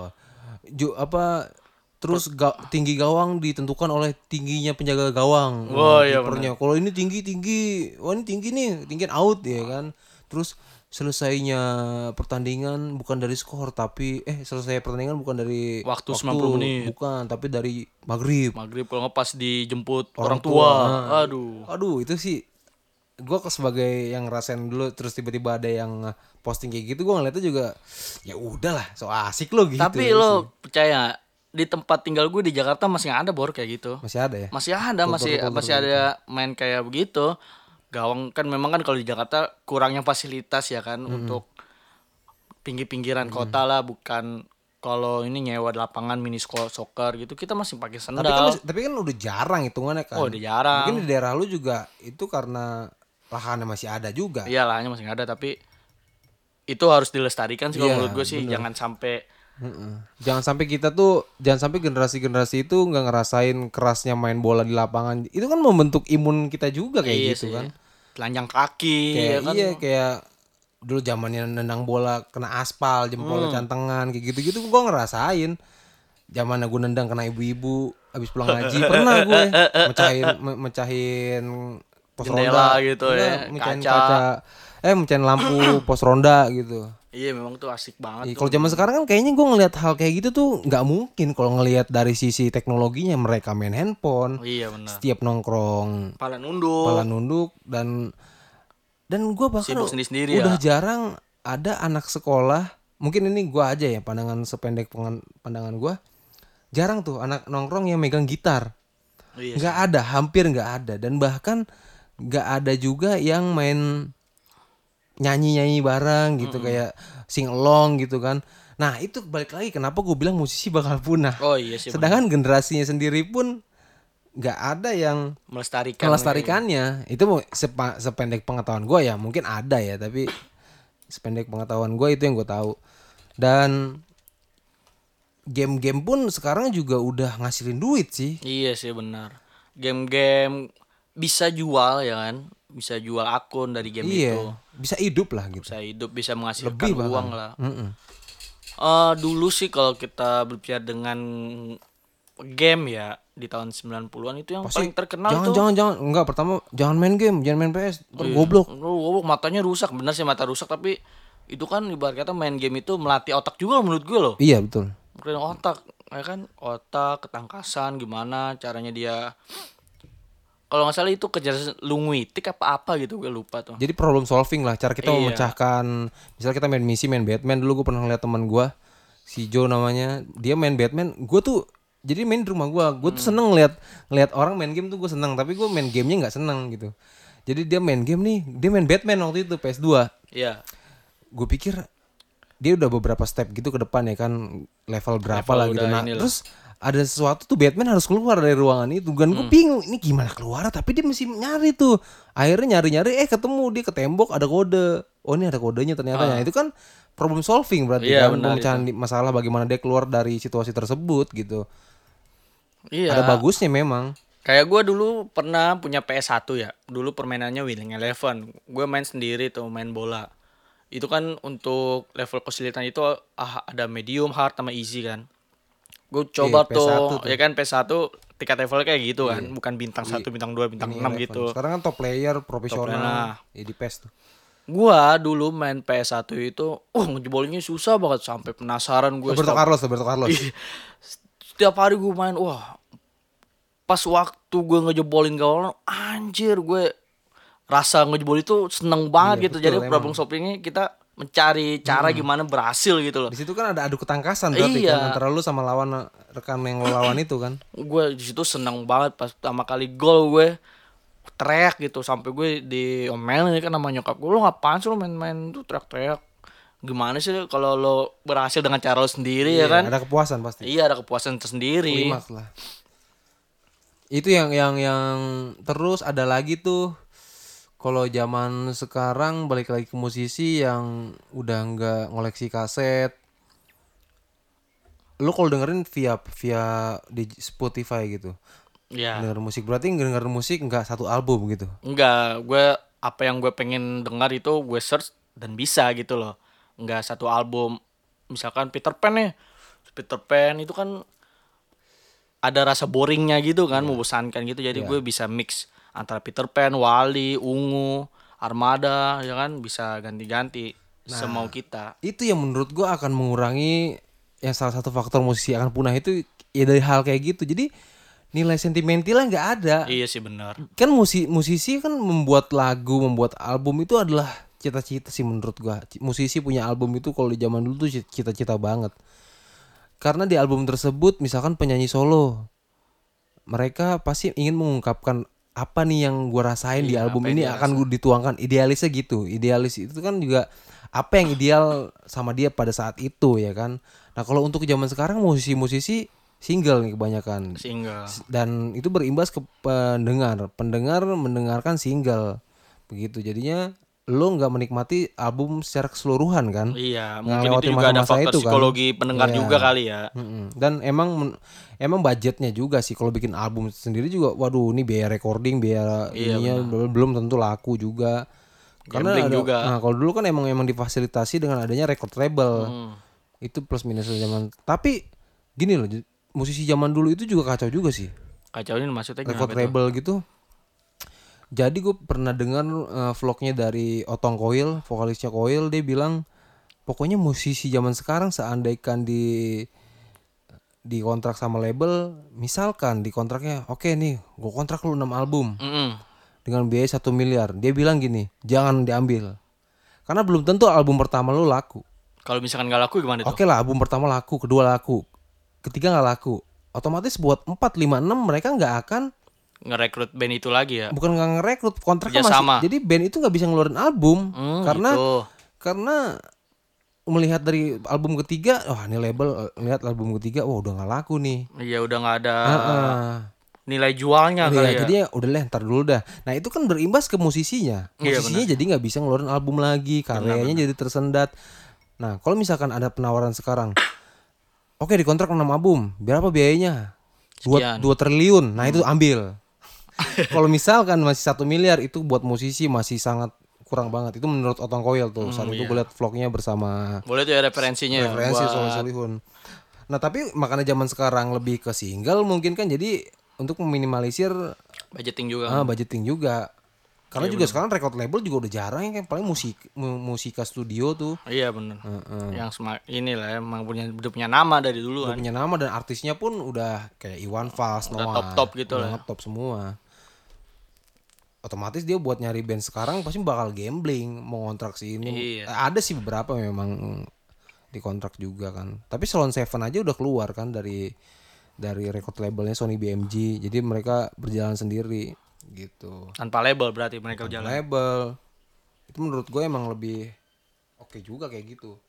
S3: Terus tinggi gawang ditentukan oleh tingginya penjaga gawang.
S2: Oh iya
S3: kipernya. Kalau ini tinggi, wah ini tinggi nih, tinggian out ya kan. Terus selesainya pertandingan bukan dari skor tapi selesai pertandingan bukan dari
S2: Waktu 90 menit.
S3: bukan tapi dari maghrib
S2: Maghrib kalau nggak pas dijemput
S3: orang
S2: orang tua.
S3: Nah,
S2: Aduh.
S3: aduh itu sih gue sebagai yang ngerasain dulu terus tiba-tiba ada yang posting kayak gitu gue ngeliatnya juga ya udahlah so asik lo gitu.
S2: Tapi lo percaya di tempat tinggal gue di Jakarta masih ada bor kayak gitu.
S3: masih ada ya.
S2: Masih ada, masih ada main kayak begitu. Gawang kan memang kan kalau di Jakarta kurangnya fasilitas ya kan untuk pinggir-pinggiran kota lah, bukan kalau ini nyewa lapangan mini soccer gitu kita masih pakai sendal.
S3: Tapi kan udah jarang hitungannya kan.
S2: Oh, udah jarang.
S3: Mungkin di daerah lu juga itu karena lahannya masih ada juga.
S2: Iya, lahannya masih nggak ada tapi itu harus dilestarikan sih kalau menurut gue sih, jangan sampai
S3: Jangan sampai generasi-generasi itu nggak ngerasain kerasnya main bola di lapangan. Itu kan membentuk imun kita juga kayak
S2: iya
S3: gitu
S2: sih.
S3: kan.
S2: Telanjang kaki
S3: Kayak
S2: ya kan.
S3: iya kayak dulu zamannya nendang bola kena aspal, jempolnya cantengan kayak gitu-gitu gua ngerasain. Zaman gue nendang kena ibu-ibu habis pulang ngaji pernah gue mecahin pos
S2: Jendela
S3: ronda
S2: gitu ya,
S3: mecahin
S2: kaca.
S3: mecahin lampu pos ronda gitu.
S2: Iya memang tuh asik banget.
S3: Kalau zaman sekarang kan kayaknya gue ngelihat hal kayak gitu tuh nggak mungkin kalau ngelihat dari sisi teknologinya mereka main handphone.
S2: Iya benar.
S3: Setiap nongkrong
S2: Pala nunduk
S3: dan gue bahkan
S2: sibuk sendiri
S3: udah
S2: ya.
S3: jarang ada anak sekolah. Mungkin ini gue aja ya pandangan sependek pandangan gue. Jarang tuh anak nongkrong yang megang gitar.
S2: Iya
S3: Nggak ada, hampir nggak ada dan bahkan nggak ada juga yang main nyanyi bareng gitu kayak sing along gitu kan. Nah itu balik lagi kenapa gue bilang musisi bakal punah.
S2: Oh iya sih.
S3: Sedangkan generasinya sendiri pun nggak ada yang melestarikannya. Itu sependek pengetahuan gue ya mungkin ada ya tapi sependek pengetahuan gue itu yang gue tahu. Dan game-game pun sekarang juga udah ngasilin duit sih.
S2: Iya sih benar. Game-game bisa jual ya kan. Bisa jual akun dari game itu.
S3: Bisa hidup lah gitu.
S2: Bisa hidup, bisa menghasilkan
S3: Lebih
S2: uang lah. Dulu sih kalau kita berbicara dengan game ya di tahun 90-an itu yang paling terkenal
S3: Jangan enggak pertama jangan main game, jangan main PS, goblok.
S2: Goblok, matanya rusak, benar sih mata rusak tapi itu kan ibarat kata main game itu melatih otak juga menurut gue loh.
S3: Iya betul.
S2: Melatih otak, ya kan otak, ketangkasan gimana caranya dia. Kalau nggak salah itu kejar linguistik apa gitu gue lupa tuh.
S3: Jadi problem solving lah cara kita memecahkan. Misalnya kita main misi main Batman dulu gue pernah lihat teman gue si Joe namanya dia main Batman. Gue tuh jadi main di rumah gue tuh seneng ngeliat orang main game tuh gue seneng tapi gue main gamenya nggak seneng gitu. Jadi dia main game nih dia main Batman waktu itu PS2.
S2: Iya.
S3: Gue pikir dia udah beberapa step gitu ke depan ya kan level berapa lah gitu. Nah terus ada sesuatu tuh Batman harus keluar dari ruangan itu. Dan gue bingung ini gimana keluar tapi dia mesti nyari tuh. Akhirnya nyari ketemu dia ke tembok ada kode. Oh ini ada kodenya ternyata ya. Itu kan problem solving berarti kan pemecahan masalah bagaimana dia keluar dari situasi tersebut gitu.
S2: Iya.
S3: Ada bagusnya memang.
S2: Kayak gue dulu pernah punya PS1 ya. Dulu permainannya Winning Eleven. Gue main sendiri tuh main bola. Itu kan untuk level kesulitan itu ada medium, hard sama easy kan. Gue coba tuh ya kan PS1 tingkat levelnya kayak gitu kan, bukan bintang 1, bintang 2, bintang 6 gitu.
S3: Sekarang kan top player profesional di PES tuh.
S2: Gua dulu main PS1 itu ngejebolinnya susah banget sampai penasaran gue.
S3: Roberto Carlos.
S2: Setiap hari gue main, pas waktu gue ngejebolin gawang, anjir gue rasa ngejebol itu seneng banget gitu. Jadi problem solvingnya kita mencari cara gimana berhasil gitu loh.
S3: Di situ kan ada adu ketangkasan berarti kan antara lu sama lawan rekan yang lo lawan itu kan.
S2: Gue di situ seneng banget pas pertama kali gol gue teriak gitu sampai gue diomelin kan sama nyokap gue, lo ngapain sih lo main-main tuh teriak-teriak. Gimana sih kalau lo berhasil dengan cara lo sendiri ya kan?
S3: Ada kepuasan pasti.
S2: Iya, ada kepuasan tersendiri.
S3: Klimaks lah. Itu yang terus ada lagi tuh. Kalau zaman sekarang balik lagi ke musisi yang udah nggak ngoleksi kaset. Lo kalau dengerin via di Spotify gitu.
S2: Iya.
S3: Denger musik berarti denger musik nggak satu album gitu.
S2: Enggak, gue apa yang gue pengen dengar itu gue search dan bisa gitu loh. Enggak satu album. Misalkan Peter Pan nih. Peter Pan itu kan ada rasa boringnya gitu kan, membosankan gitu. Jadi gue bisa mix antara Peter Pan, Wali, Ungu, Armada ya kan, bisa ganti-ganti. semau kita.
S3: Itu yang menurut gua akan mengurangi, yang salah satu faktor musisi akan punah itu ya dari hal kayak gitu. Jadi nilai sentimentalnya nggak ada.
S2: Iya sih benar.
S3: Kan musisi kan membuat lagu, membuat album itu adalah cita-cita sih menurut gua. Musisi punya album itu kalau di zaman dulu tuh cita-cita banget. Karena di album tersebut misalkan penyanyi solo, mereka pasti ingin mengungkapkan apa nih yang gua rasain di
S2: Iya,
S3: album
S2: apa yang
S3: ini
S2: dia
S3: akan gue dituangkan. Idealisnya gitu. Idealis itu kan juga apa yang ideal sama dia pada saat itu ya kan. Nah kalau untuk zaman sekarang musisi-musisi single nih kebanyakan.
S2: Single.
S3: Dan itu berimbas ke pendengar mendengarkan single begitu, jadinya lo nggak menikmati album secara keseluruhan kan.
S2: Iya,
S3: Nggak
S2: mungkin itu
S3: lewatin
S2: juga ada
S3: masa-masa
S2: faktor
S3: itu kan.
S2: psikologi pendengar
S3: Iya.
S2: juga kali ya.
S3: Dan emang budgetnya juga sih kalau bikin album sendiri juga, waduh ini biaya recording, biaya
S2: Iya,
S3: ininya belum tentu laku juga. Karena
S2: Gambling
S3: ada,
S2: juga.
S3: nah kalau dulu kan emang difasilitasi dengan adanya record label. Itu plus minus zaman. Tapi gini loh, musisi zaman dulu itu juga kacau juga sih.
S2: Kacau ini maksudnya
S3: Record
S2: kenapa itu?
S3: label gitu. Jadi gue pernah dengar vlognya dari Otong Koil, vokalisnya Koil, dia bilang pokoknya musisi zaman sekarang seandainya di kontrak sama label, misalkan di kontraknya oke nih, gue kontrak lu 6 album dengan biaya 1 miliar. Dia bilang gini, jangan diambil. Karena belum tentu album pertama lu laku.
S2: Kalau misalkan nggak laku gimana tuh?
S3: Oke lah, album pertama laku, kedua laku, ketiga nggak laku. Otomatis buat 4, 5, 6 mereka nggak akan,
S2: Ngerekrut band itu lagi ya?
S3: bukan nggak ngerekrut, kontraknya
S2: Kerjasama.
S3: masih. Jadi band itu nggak bisa ngeluarin album karena
S2: Gitu.
S3: karena melihat dari album ketiga, wah ini label lihat album ketiga, wah udah nggak laku nih.
S2: Iya udah nggak ada
S3: Heeh.
S2: nilai jualnya
S3: Iya,
S2: kali ya.
S3: jadi udah lah ntar dulu dah. Nah itu kan berimbas ke musisinya.
S2: Iya,
S3: Musisinya jadi nggak bisa ngeluarin album lagi, karyanya jadi tersendat. Nah kalau misalkan ada penawaran sekarang, oke dikontrak 6 album, berapa biayanya?
S2: Sekian.
S3: 2 triliun. Nah itu ambil. Kalau misalkan masih 1 miliar, itu buat musisi masih sangat kurang banget. Itu menurut Otong Koil tuh. Saat itu gue liat vlognya bersama
S2: Boleh tuh ya referensinya ya
S3: referensi
S2: buat
S3: Soleh Solihun. Nah tapi makanya zaman sekarang lebih ke single mungkin kan, jadi untuk meminimalisir
S2: budgeting juga.
S3: budgeting juga. Karena juga sekarang record label juga udah jarang ya kan, paling musika studio tuh.
S2: Iya benar. Yang inilah emang udah punya nama dari dulu
S3: Udah
S2: kan.
S3: punya nama dan artisnya pun udah kayak Iwan Fals,
S2: Udah
S3: Noah.
S2: top-top gitu
S3: udah
S2: lah.
S3: ngetop semua. Otomatis dia buat nyari band sekarang pasti bakal gambling, mau kontrak si ini.
S2: Iya.
S3: Ada sih beberapa memang dikontrak juga kan. Tapi Salon Seven aja udah keluar kan dari record labelnya Sony BMG. Jadi mereka berjalan sendiri gitu.
S2: Tanpa label berarti mereka jalan.
S3: Label. Itu menurut gue emang lebih oke juga kayak gitu.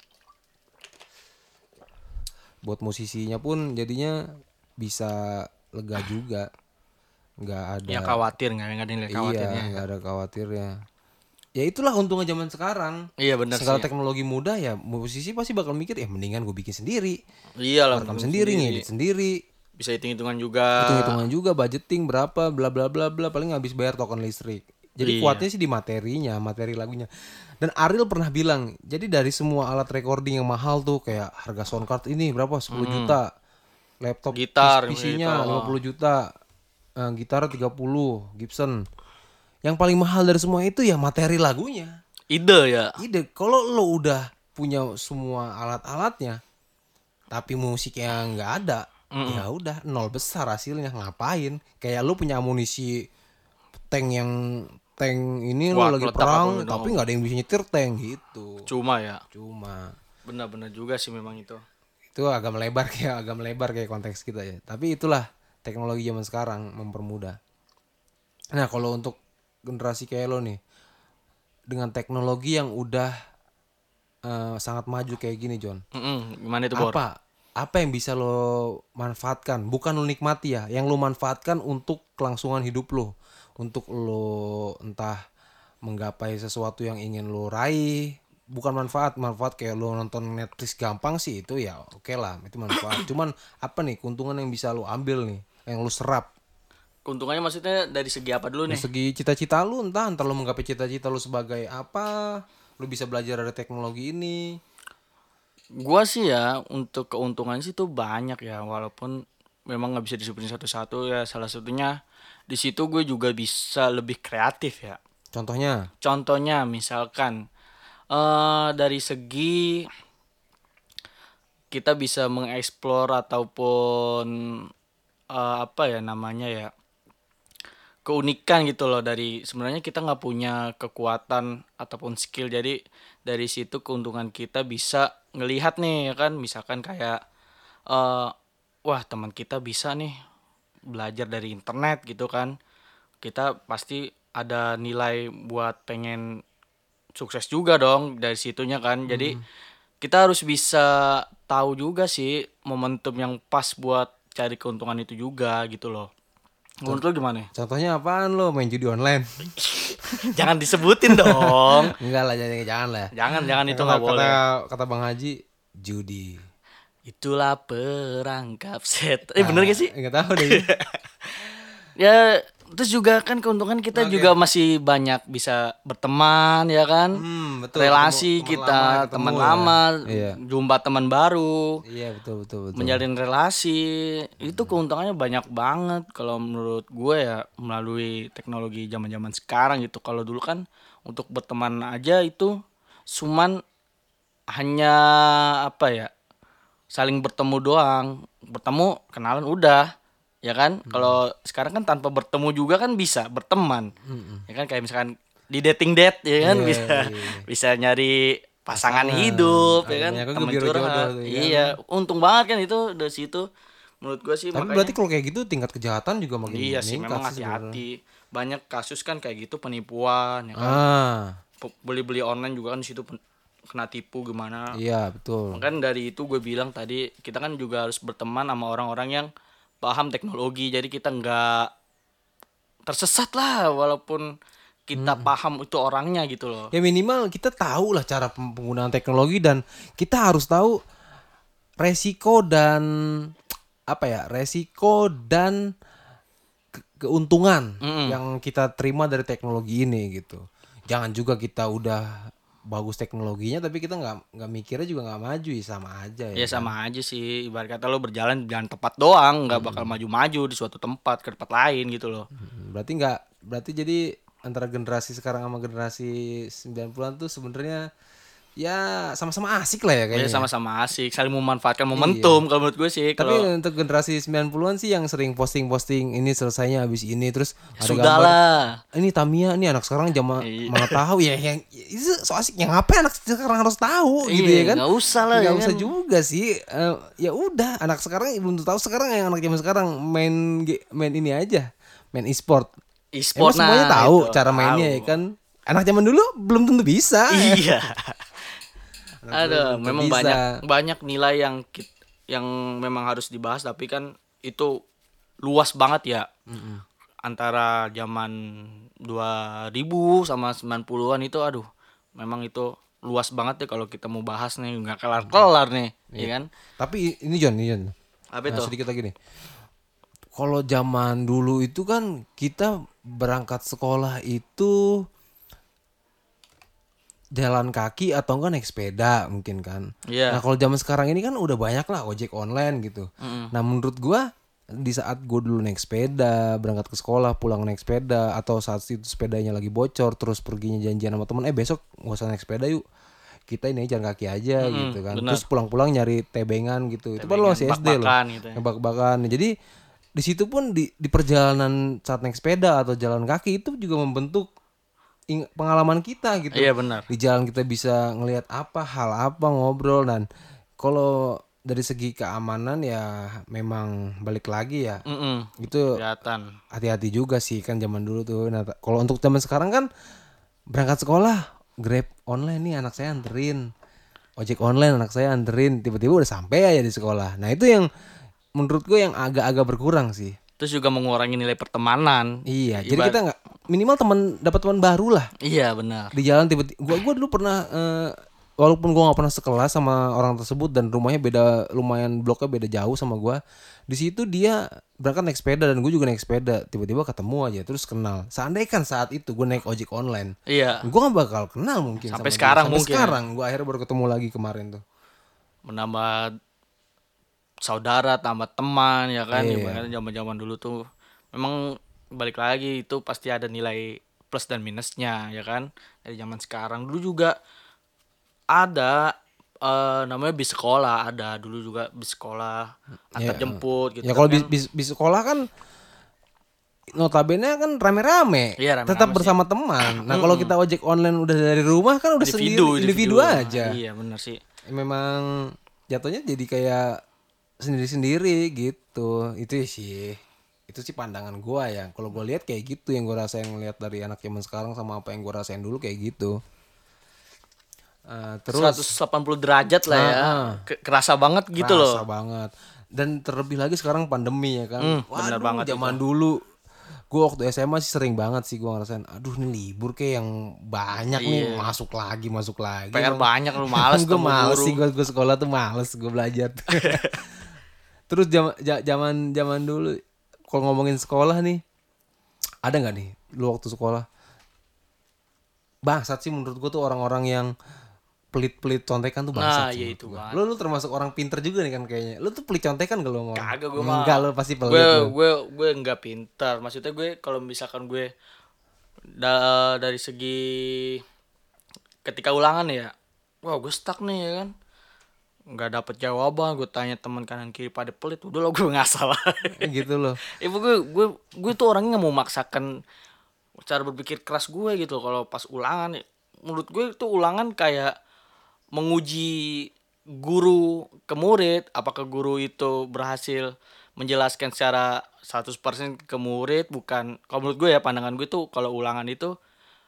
S3: Buat musisinya pun jadinya bisa lega juga. Nggak ada.
S2: Ya khawatir nggak ada nilai khawatirnya.
S3: Iya, nggak ada khawatirnya. Ya itulah untungnya zaman sekarang.
S2: Iya benar sih.
S3: Segala teknologi mudah ya, musisi pasti bakal mikir ya mendingan gue bikin sendiri.
S2: Iya lah.
S3: Rekam sendiri, ngedit sendiri.
S2: Bisa hitung-hitungan juga.
S3: Hitung-hitungan juga, budgeting berapa, bla bla bla bla, paling habis bayar token listrik. Jadi kuatnya sih di materinya, materi lagunya. Dan Ariel pernah bilang, jadi dari semua alat recording yang mahal tuh kayak harga sound card ini berapa? 10 juta. Laptop
S2: Gitar
S3: PC-nya
S2: gitu.
S3: 50 juta. Gitar 30, Gibson. Yang paling mahal dari semua itu ya materi lagunya.
S2: Ide ya.
S3: Ide, kalau lo udah punya semua alat-alatnya tapi musiknya nggak ada, ya udah nol besar hasilnya. Ngapain? Kayak lo punya amunisi tank ini
S2: Wah,
S3: lo lagi
S2: meletak
S3: perang
S2: apa gitu.
S3: tapi nggak ada yang bisa nyetir tank gitu.
S2: Cuma ya.
S3: Cuma
S2: Benar-benar juga sih memang itu.
S3: itu agak melebar kayak konteks kita ya. Tapi itulah teknologi zaman sekarang mempermudah. Nah kalau untuk generasi kayak lo nih, dengan teknologi yang udah sangat maju kayak gini John,
S2: Gimana itu Bor?
S3: apa yang bisa lo manfaatkan? Bukan lo nikmati ya, yang lo manfaatkan untuk kelangsungan hidup lo, untuk lo entah menggapai sesuatu yang ingin lo raih. Bukan manfaat kayak lo nonton Netflix gampang sih, itu ya oke lah, itu manfaat. Cuman apa nih keuntungan yang bisa lo ambil nih, yang lo serap?
S2: Keuntungannya maksudnya dari segi apa dulu
S3: Dari
S2: nih?
S3: segi cita-cita lu, entah lo menggapai cita-cita lu sebagai apa, lu bisa belajar dari teknologi ini.
S2: Gua sih ya untuk keuntungan sih tuh banyak ya, walaupun memang nggak bisa disebutin satu-satu ya. Salah satunya di situ gue juga bisa lebih kreatif ya.
S3: Contohnya,
S2: Contohnya misalkan Dari segi kita bisa mengeksplor ataupun apa ya namanya ya, keunikan gitu loh. Dari sebenarnya kita nggak punya kekuatan ataupun skill, jadi dari situ keuntungan kita bisa ngelihat nih ya kan, misalkan kayak eh wah teman kita bisa nih belajar dari internet gitu kan, kita pasti ada nilai buat pengen sukses juga dong dari situnya kan. Jadi kita harus bisa tahu juga sih momentum yang pas buat cari keuntungan itu juga gitu loh. Menurut lo gimana?
S3: Contohnya apaan lo main judi online?
S2: Jangan disebutin dong.
S3: Enggak lah, jangan lah.
S2: Jangan itu
S3: Kata
S2: nggak boleh.
S3: kata Bang Haji judi.
S2: Itulah perangkap set. Bener gak sih?
S3: Enggak tahu deh.
S2: Ya terus juga kan keuntungan kita juga masih banyak bisa berteman ya kan.
S3: Betul.
S2: Relasi
S3: Teman
S2: kita,
S3: lama ketemu
S2: teman
S3: ya.
S2: lama,
S3: Iya.
S2: jumpa teman baru,
S3: Iya, betul.
S2: menjalin relasi. Itu keuntungannya banyak banget kalau menurut gue ya, melalui teknologi zaman-zaman sekarang gitu. Kalau dulu kan untuk berteman aja itu cuman hanya apa ya, saling bertemu doang, bertemu kenalan udah ya kan. Kalau sekarang kan tanpa bertemu juga kan bisa berteman ya kan, kayak misalkan di dating date ya kan,
S3: Iya,
S2: bisa
S3: iya.
S2: bisa nyari pasangan
S3: Pasangan.
S2: hidup ya kan,
S3: Banyak juga
S2: teman
S3: biro jodoh
S2: curhat.
S3: tuh, ya
S2: Iya, untung banget kan itu dari situ menurut gua sih.
S3: Tapi
S2: Makanya
S3: berarti kalau kayak gitu tingkat kejahatan juga makin
S2: iya sih,
S3: meningkat
S2: memang
S3: sih sebenarnya.
S2: hati-hati. Banyak kasus kan kayak gitu, penipuan ya kan.
S3: Ah,
S2: Beli-beli online juga kan di situ kena tipu gimana.
S3: iya betul.
S2: Makanya dari itu gue bilang tadi, kita kan juga harus berteman sama orang-orang yang paham teknologi. Jadi kita nggak tersesat lah walaupun kita paham itu orangnya gitu loh.
S3: Ya minimal kita tahu lah cara penggunaan teknologi dan kita harus tahu resiko dan resiko dan keuntungan yang kita terima dari teknologi ini gitu. Jangan juga kita udah bagus teknologinya tapi kita nggak mikirnya juga nggak maju, ya sama aja ya.
S2: Ya sama aja sih, ibarat kata lo berjalan jalan tepat doang, nggak bakal maju-maju di suatu tempat ke tempat lain gitu loh.
S3: Berarti jadi antara generasi sekarang sama generasi 90-an tuh sebenarnya ya sama-sama asik lah ya
S2: Ya
S3: kayaknya.
S2: sama-sama asik, saling memanfaatkan momentum kalau menurut gue sih.
S3: Tapi
S2: Kalau
S3: untuk generasi 90-an sih yang sering posting-posting ini selesainya habis ini terus ada
S2: sudah
S3: gambar
S2: lah.
S3: ini Tamiya, ini anak sekarang
S2: Iya.
S3: mana tahu ya yang itu so asik, yang apa anak sekarang harus tahu gitu
S2: Iya,
S3: ya kan.
S2: nggak usah lah,
S3: Nggak
S2: ya
S3: usah
S2: kan?
S3: juga sih. Ya udah anak sekarang belum tahu, sekarang yang anak zaman sekarang main ini aja, main e-sport. Emang
S2: E-sport
S3: semuanya
S2: nah,
S3: tahu
S2: itu,
S3: cara mainnya ya
S2: tahu.
S3: kan. Anak zaman dulu belum tentu bisa.
S2: Iya.
S3: Anak
S2: Ada,
S3: dulu belum tentu
S2: memang
S3: bisa.
S2: banyak nilai yang memang harus dibahas, tapi kan itu luas banget ya. Antara zaman 2000 sama 90-an itu aduh, memang itu luas banget ya kalau kita mau bahas nih, nggak kelar-kelar nih, ya kan?
S3: Tapi ini John.
S2: Apa
S3: Nah,
S2: itu?
S3: sedikit lagi nih. Kalau zaman dulu itu kan kita berangkat sekolah itu jalan kaki atau enggak naik sepeda mungkin kan.
S2: Iya.
S3: Nah, kalau zaman sekarang ini kan udah banyak lah ojek online gitu. Nah, menurut gua di saat gue dulu naik sepeda berangkat ke sekolah pulang naik sepeda, atau saat itu sepedanya lagi bocor terus perginya janjian sama temen, besok nggak usah naik sepeda yuk, kita ini jalan kaki aja gitu kan.
S2: bener.
S3: Terus pulang-pulang nyari tebengan gitu. Itu padahal masih SD loh.
S2: Bak-bakan gitu ya.
S3: Ngebak-bakan. Jadi di situ pun di perjalanan saat naik sepeda atau jalan kaki itu juga membentuk pengalaman kita gitu.
S2: Iya benar.
S3: Di jalan kita bisa ngelihat hal apa, ngobrol. Dan kalau dari segi keamanan ya memang balik lagi ya. Itu
S2: Kelihatan.
S3: hati-hati juga sih kan zaman dulu tuh. Nah, kalau untuk zaman sekarang kan berangkat sekolah Grab online nih anak saya anterin, ojek online anak saya anterin, tiba-tiba udah sampai aja di sekolah. Nah itu yang menurut gue yang agak-agak berkurang sih.
S2: Terus juga mengurangi nilai pertemanan.
S3: Iya, jadi kita nggak minimal dapat teman baru lah
S2: Iya benar.
S3: di jalan. Tiba-tiba gue dulu pernah walaupun gue nggak pernah sekelas sama orang tersebut dan rumahnya beda, lumayan bloknya beda jauh sama gue, di situ dia berangkat naik sepeda dan gue juga naik sepeda, tiba-tiba ketemu aja terus kenal. Seandainya saat itu gue naik ojek online,
S2: Iya.
S3: gue nggak bakal kenal mungkin
S2: Sampai
S3: sama dia.
S2: sekarang
S3: Sampai
S2: mungkin.
S3: sekarang gue akhirnya baru ketemu lagi kemarin tuh.
S2: Menambah saudara, tambah teman ya kan.
S3: Iya.
S2: Ibaratnya zaman-zaman dulu tuh memang balik lagi itu pasti ada nilai plus dan minusnya ya kan. Dari zaman sekarang dulu juga Ada namanya bis sekolah, ada dulu juga bis sekolah antar
S3: Ya.
S2: jemput gitu.
S3: Ya kalau
S2: kan.
S3: bis sekolah kan notabene kan rame-rame,
S2: Iya, rame-rame
S3: tetap
S2: sih.
S3: bersama teman. Nah kalau kita ojek online udah dari rumah kan udah individu aja.
S2: Iya benar sih.
S3: Memang jatuhnya jadi kayak sendiri-sendiri gitu. Itu sih pandangan gua ya. Kalau gua lihat kayak gitu, yang gua rasain ngeliat dari anak zaman sekarang sama apa yang gua rasain dulu kayak gitu. Terus
S2: 180 derajat lah ya. Kerasa banget gitu loh.
S3: kerasa banget. Dan terlebih lagi sekarang pandemi ya kan.
S2: bener
S3: Waduh,
S2: banget
S3: zaman dulu gua waktu SMA sih sering banget sih gua ngerasain, aduh ini libur kayak yang banyak nih, masuk lagi.
S2: PR
S3: Emang-
S2: banyak lu males
S3: gue
S2: ketemu
S3: males
S2: guru.
S3: sih, gue sekolah tuh males gue belajar. Terus zaman dulu kalau ngomongin sekolah nih, ada nggak nih lu waktu sekolah bangsat sih menurut gue tuh orang-orang yang pelit-pelit contekan tuh
S2: Nah,
S3: bangsat sih
S2: iya
S3: menurut
S2: itu
S3: gua.
S2: banget.
S3: Lu termasuk orang pinter juga nih kan kayaknya. Lu tuh pelit contekan gak lu sama orang?
S2: Kagak gue mah.
S3: Enggak, lu pasti pelit lu.
S2: Gue enggak pintar. Maksudnya gue kalau misalkan gue dari segi ketika ulangan ya, wah gue stuck nih ya kan. Nggak dapet jawaban, gue tanya teman kanan kiri pada pelit, udah lo gue nggak salah.
S3: Gitu loh.
S2: Ibu gue tuh orangnya nggak mau maksakan cara berpikir keras gue gitu. Kalau pas ulangan, menurut gue tuh ulangan kayak menguji guru ke murid, apakah guru itu berhasil menjelaskan secara 100% ke murid. Bukan, kalau menurut gue ya, pandangan gue tuh kalau ulangan itu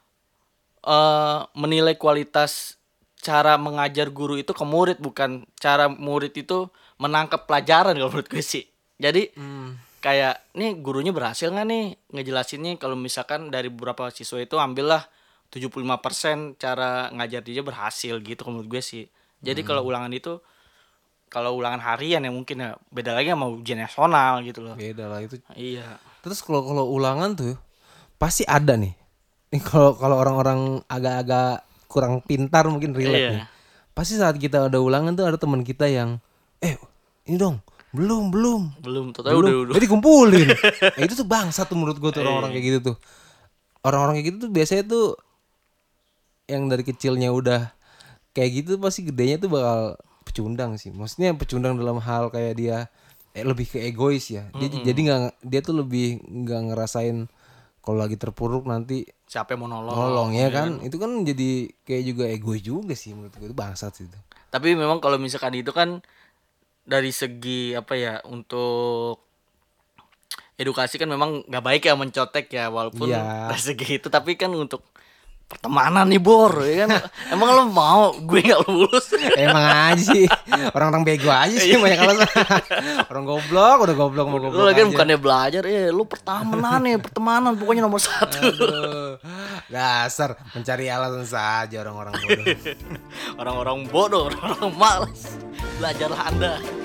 S2: menilai kualitas cara mengajar guru itu ke murid, bukan cara murid itu menangkap pelajaran kalau menurut gue sih. Jadi kayak nih gurunya berhasil nggak nih ngejelasinnya. Kalau misalkan dari beberapa siswa itu ambillah 75% cara ngajar dia berhasil gitu kalau menurut gue sih. Jadi kalau ulangan itu, kalau ulangan harian ya mungkin ya beda lagi sama ujian nasional gitu loh.
S3: Beda lah itu.
S2: Iya.
S3: Terus kalau ulangan tuh ppasti ada nih. Nih kalau orang-orang agak-agak kurang pintar mungkin relate
S2: Iya.
S3: nih. Pasti saat kita ada ulangan tuh ada teman kita yang ini dong, belum.
S2: Belum, total udah.
S3: Jadi kumpulin. Itu tuh bangsat tuh menurut gue tuh orang-orang kayak gitu tuh. Orang-orang kayak gitu tuh biasanya tuh yang dari kecilnya udah kayak gitu pasti gedenya tuh bakal pecundang sih. Maksudnya pecundang dalam hal kayak dia lebih ke egois ya. Jadi dia tuh lebih nggak ngerasain kalau lagi terpuruk nanti
S2: Siapa yang mau
S3: nolong ya kan. Itu kan jadi kayak juga egois juga sih menurut gue, itu bangsat sih itu.
S2: Tapi memang kalau misalkan itu kan dari segi apa ya, untuk edukasi kan memang nggak baik ya mencotek ya, walaupun
S3: Iya.
S2: dari segi itu. Tapi kan untuk pertemanan nih Bor ya kan. Emang lo mau gue nggak lulus?
S3: Emang aja sih orang-orang bego aja sih banyak alasan. Orang goblok, udah goblok mau
S2: Lo
S3: goblok
S2: lagi
S3: aja.
S2: bukannya belajar, lo pertemanan pokoknya nomor 1.
S3: Aduh, dasar mencari alasan saja orang-orang bodoh.
S2: Orang-orang bodoh, orang-orang malas. Belajarlah Anda.